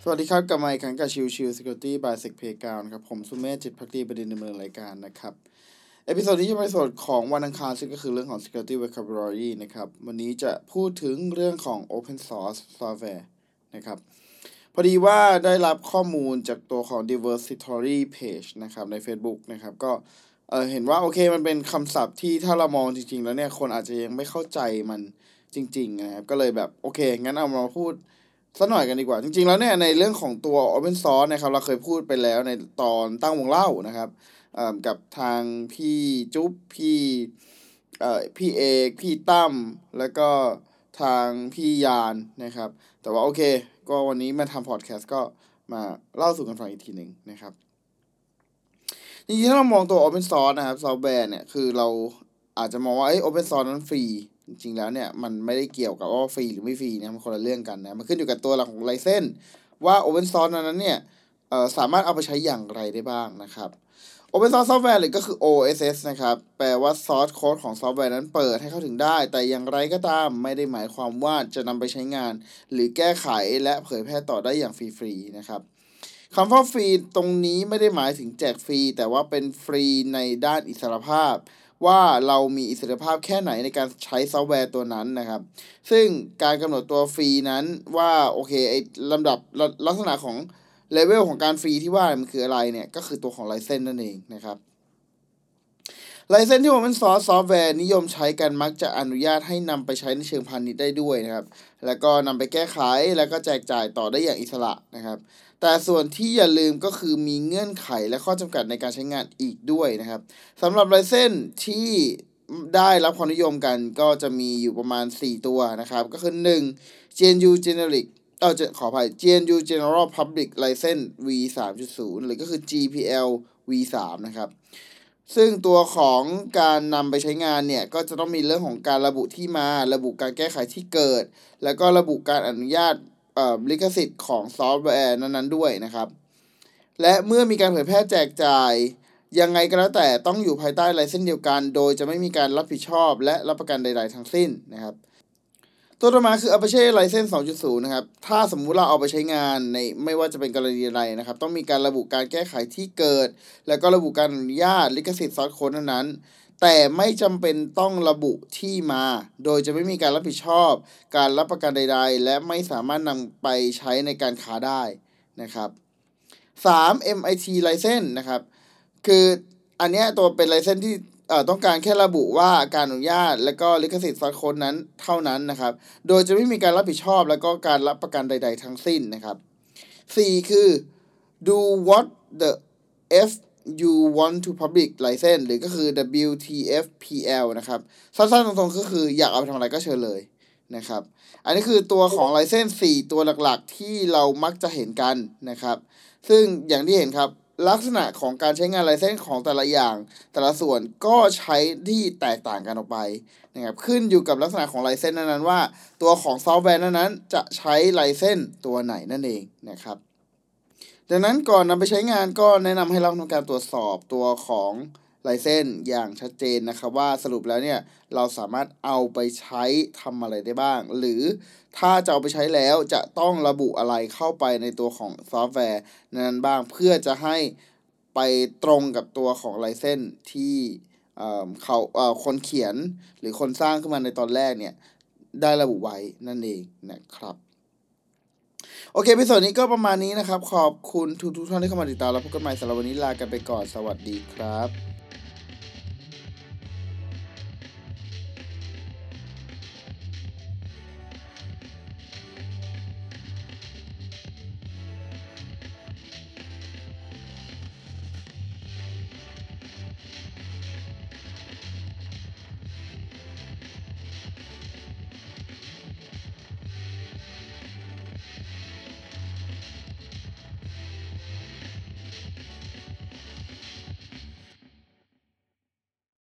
สวัสดีครับกลับมาอีกครั้งกับชิว Security by Sec Playground นะครับผมสุเมธ จิตภักดีประเด็นดำเนินรายการนะครับเอพิโซดนี้จะเป็นเอพิโซดของวันอังคารซึ่งก็คือเรื่องของ Security Vocabulary นะครับวันนี้จะพูดถึงเรื่องของ Open Source Software นะครับพอดีว่าได้รับข้อมูลจากตัวของ Diversitory Page นะครับใน Facebook นะครับก็เห็นว่าโอเคมันเป็นคำศัพท์ที่ถ้าเรามองจริงๆแล้วเนี่ยคนอาจจะยังไม่เข้าใจมันจริงๆนะครับก็เลยแบบโอเคงั้นเอามาพูดสักหน่อยกันดีกว่าจริงๆแล้วเนี่ยในเรื่องของตัว Open Source นะครับเราเคยพูดไปแล้วในตอนตั้งวงเล่านะครับกับทางพี่จุ๊บพี่เอกพี่ตั้มแล้วก็ทางพี่ยานนะครับแต่ว่าโอเคก็วันนี้มาทำพอดแคสต์ก็มาเล่าสู่กันฟังอีกทีหนึ่งนะครับจริงๆถ้าเรามองตัว Open Source นะครับซอฟต์แวร์เนี่ยคือเราอาจจะมองว่าOpen Source นั้นฟรีจริงๆแล้วเนี่ยมันไม่ได้เกี่ยวกับว่าฟรีหรือไม่ฟรีนะมันคนละเรื่องกันนะมันขึ้นอยู่กับตัวหลักของไลเซนส์ว่า Open Source นั้นเนี่ยสามารถเอาไปใช้อย่างไรได้บ้างนะครับ Open Source Software หรือก็คือ OSS นะครับแปลว่า Source Code ของซอฟต์แวร์นั้นเปิดให้เข้าถึงได้แต่อย่างไรก็ตามไม่ได้หมายความว่าจะนำไปใช้งานหรือแก้ไขและเผยแพร่ต่อได้อย่างฟรีๆนะครับคำว่าฟรีตรงนี้ไม่ได้หมายถึงแจกฟรีแต่ว่าเป็นฟรีในด้านอิสรภาพว่าเรามีอิสรภาพแค่ไหนในการใช้ซอฟต์แวร์ตัวนั้นนะครับซึ่งการกำหนดตัวฟรีนั้นว่าโอเคไอ้ลำดับลักษณะของเลเวลของการฟรีที่ว่ามันคืออะไรเนี่ยก็คือตัวของไลเซนส์นั่นเองนะครับไลเซนส์ที่ Open Source Software นิยมใช้กันมักจะอนุญาตให้นำไปใช้ในเชิงพาณิชย์ได้ด้วยนะครับแล้วก็นำไปแก้ไขแล้วก็แจกจ่ายต่อได้อย่างอิสระนะครับแต่ส่วนที่อย่าลืมก็คือมีเงื่อนไขและข้อจำกัดในการใช้งานอีกด้วยนะครับสำหรับไลเซนส์ที่ได้รับความนิยมกันก็จะมีอยู่ประมาณ4ตัวนะครับก็คือ1 GNU Genericขออภัย GNU General Public License V 3.0 หรือก็คือ GPL V 3นะครับซึ่งตัวของการนำไปใช้งานเนี่ยก็จะต้องมีเรื่องของการระบุที่มาระบุการแก้ไขที่เกิดแล้วก็ระบุการอนุญาตลิขสิทธิ์ของซอฟต์แวร์นั้นๆด้วยนะครับและเมื่อมีการเผยแพร่แจกจ่ายยังไงก็แล้วแต่ต้องอยู่ภายใต้ไลเซนส์เดียวกันโดยจะไม่มีการรับผิดชอบและรับประกันใดๆทั้งสิ้นนะครับตัวต่อมาคือ Apache License 2.0 นะครับถ้าสมมุติเราเอาไปใช้งานในไม่ว่าจะเป็นกรณีใดนะครับต้องมีการระบุการแก้ไขที่เกิดแล้วก็ระบุการอนุญาตลิขสิทธิ์ซอสโค้ดนั้นๆแต่ไม่จำเป็นต้องระบุที่มาโดยจะไม่มีการรับผิดชอบการรับประกันใดๆและไม่สามารถนำไปใช้ในการค้าได้นะครับ3 MIT License นะครับคืออันเนี้ยตัวเป็น License ที่ต้องการแค่ระบุว่าการอนุญาตและก็ลิขสิทธิ์ซอสโค้ดนั้นเท่านั้นนะครับโดยจะไม่มีการรับผิดชอบและก็การรับประกันใดๆทั้งสิ้นนะครับ4คือ do what the f you want to public license หรือก็คือ WTFPL นะครับสั้นๆตรงๆก็คืออยากเอาไปทำอะไรก็เชิญเลยนะครับอันนี้คือตัวของ license 4ตัวหลักๆที่เรามักจะเห็นกันนะครับซึ่งอย่างที่เห็นครับลักษณะของการใช้งานไลเซนส์ของแต่ละอย่างแต่ละส่วนก็ใช้ที่แตกต่างกันออกไปนะครับขึ้นอยู่กับลักษณะของไลเซนส์นั้นๆว่าตัวของซอฟต์แวร์นั้นๆจะใช้ไลเซนส์ตัวไหนนั่นเองนะครับดังนั้นก่อนนำไปใช้งานก็แนะนำให้เราทำการตรวจสอบตัวของไลเซนส์อย่างชัดเจนนะครับว่าสรุปแล้วเนี่ยเราสามารถเอาไปใช้ทำอะไรได้บ้างหรือถ้าจะเอาไปใช้แล้วจะต้องระบุอะไรเข้าไปในตัวของซอฟต์แวร์นั้นบ้างเพื่อจะให้ไปตรงกับตัวของไลเซนส์ที่คนเขียนหรือคนสร้างขึ้นมาในตอนแรกเนี่ยได้ระบุไว้นั่นเองนะครับโอเคพิโซดนี้ก็ประมาณนี้นะครับขอบคุณทุกท่านที่เข้ามาติดตามแล้วพบกันใหม่สำหรับวันนี้ลากันไปก่อนสวัสดีครับ